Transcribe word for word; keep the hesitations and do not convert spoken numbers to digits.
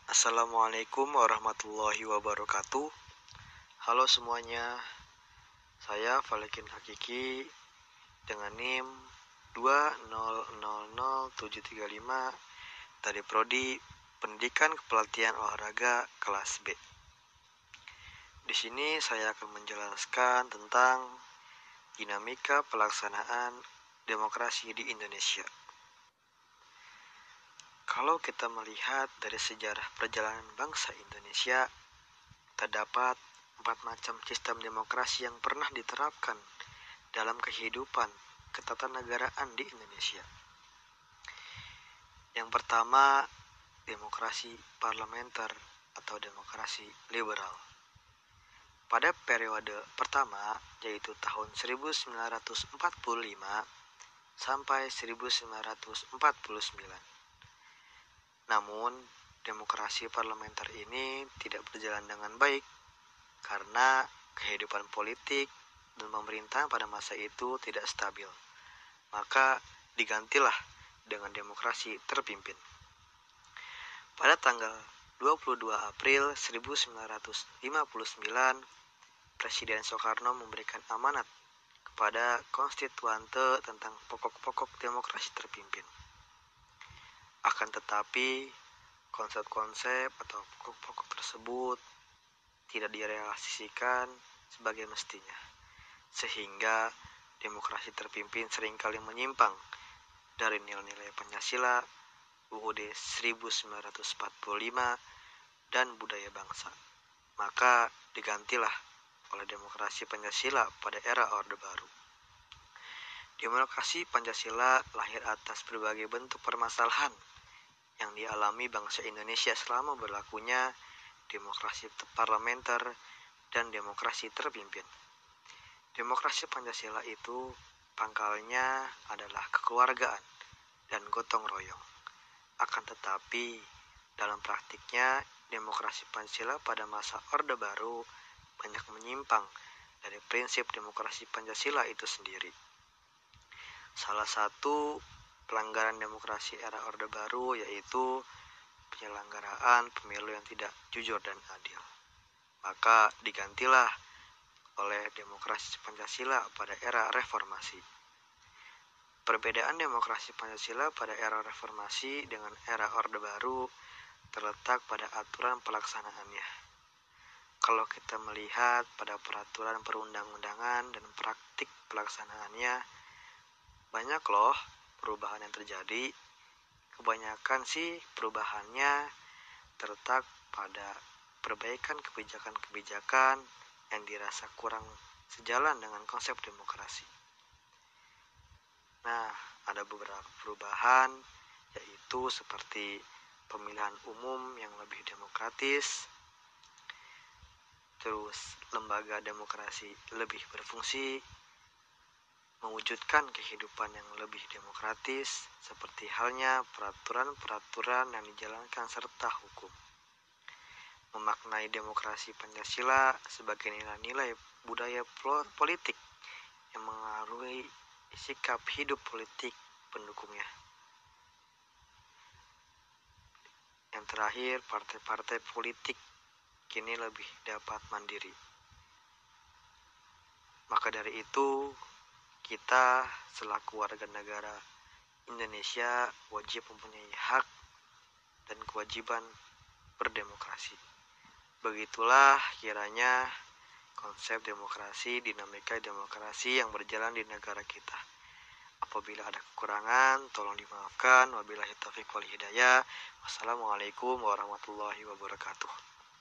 Assalamualaikum warahmatullahi wabarakatuh. Halo semuanya, saya Valekin Hakiki dengan NIM dua nol nol nol tujuh tiga lima dari Prodi Pendidikan Kepelatihan Olahraga kelas B. Di sini saya akan menjelaskan tentang dinamika pelaksanaan demokrasi di Indonesia. Kalau kita melihat dari sejarah perjalanan bangsa Indonesia, terdapat empat macam sistem demokrasi yang pernah diterapkan dalam kehidupan ketatanegaraan di Indonesia. Yang pertama, demokrasi parlementer atau demokrasi liberal. Pada periode pertama, yaitu tahun seribu sembilan ratus empat puluh lima sampai seribu sembilan ratus empat puluh sembilan. Namun, demokrasi parlementer ini tidak berjalan dengan baik karena kehidupan politik dan pemerintahan pada masa itu tidak stabil. Maka digantilah dengan demokrasi terpimpin. Pada tanggal dua puluh dua April seribu sembilan ratus lima puluh sembilan, Presiden Soekarno memberikan amanat kepada konstituante tentang pokok-pokok demokrasi terpimpin. Akan tetapi, konsep-konsep atau pokok-pokok tersebut tidak direalisasikan sebagai mestinya, sehingga demokrasi terpimpin seringkali menyimpang dari nilai-nilai Pancasila, U U D seribu sembilan ratus empat puluh lima, dan budaya bangsa. Maka digantilah oleh demokrasi Pancasila pada era Orde Baru. Demokrasi Pancasila lahir atas berbagai bentuk permasalahan yang dialami bangsa Indonesia selama berlakunya demokrasi parlementer dan demokrasi terpimpin. Demokrasi Pancasila itu pangkalnya adalah kekeluargaan dan gotong royong. Akan tetapi, dalam praktiknya, demokrasi Pancasila pada masa Orde Baru banyak menyimpang dari prinsip demokrasi Pancasila itu sendiri. Salah satu pelanggaran demokrasi era Orde Baru yaitu penyelenggaraan pemilu yang tidak jujur dan adil. Maka digantilah oleh demokrasi Pancasila pada era reformasi. Perbedaan demokrasi Pancasila pada era reformasi dengan era Orde Baru terletak pada aturan pelaksanaannya. Kalau kita melihat pada peraturan perundang-undangan dan praktik pelaksanaannya, banyak loh perubahan yang terjadi. Kebanyakan sih perubahannya terletak pada perbaikan kebijakan-kebijakan yang dirasa kurang sejalan dengan konsep demokrasi. Nah, ada beberapa perubahan, yaitu seperti pemilihan umum yang lebih demokratis, terus lembaga demokrasi lebih berfungsi, mewujudkan kehidupan yang lebih demokratis, seperti halnya peraturan-peraturan yang dijalankan serta hukum. Memaknai demokrasi Pancasila sebagai nilai-nilai budaya politik yang mengaruhi sikap hidup politik pendukungnya. Yang terakhir, partai-partai politik kini lebih dapat mandiri. Maka dari itu, kita selaku warga negara Indonesia wajib mempunyai hak dan kewajiban berdemokrasi. Begitulah kiranya konsep demokrasi, dinamika demokrasi yang berjalan di negara kita. Apabila ada kekurangan, tolong dimaafkan. Wabillahi taufiq wal hidayah. Wassalamualaikum warahmatullahi wabarakatuh.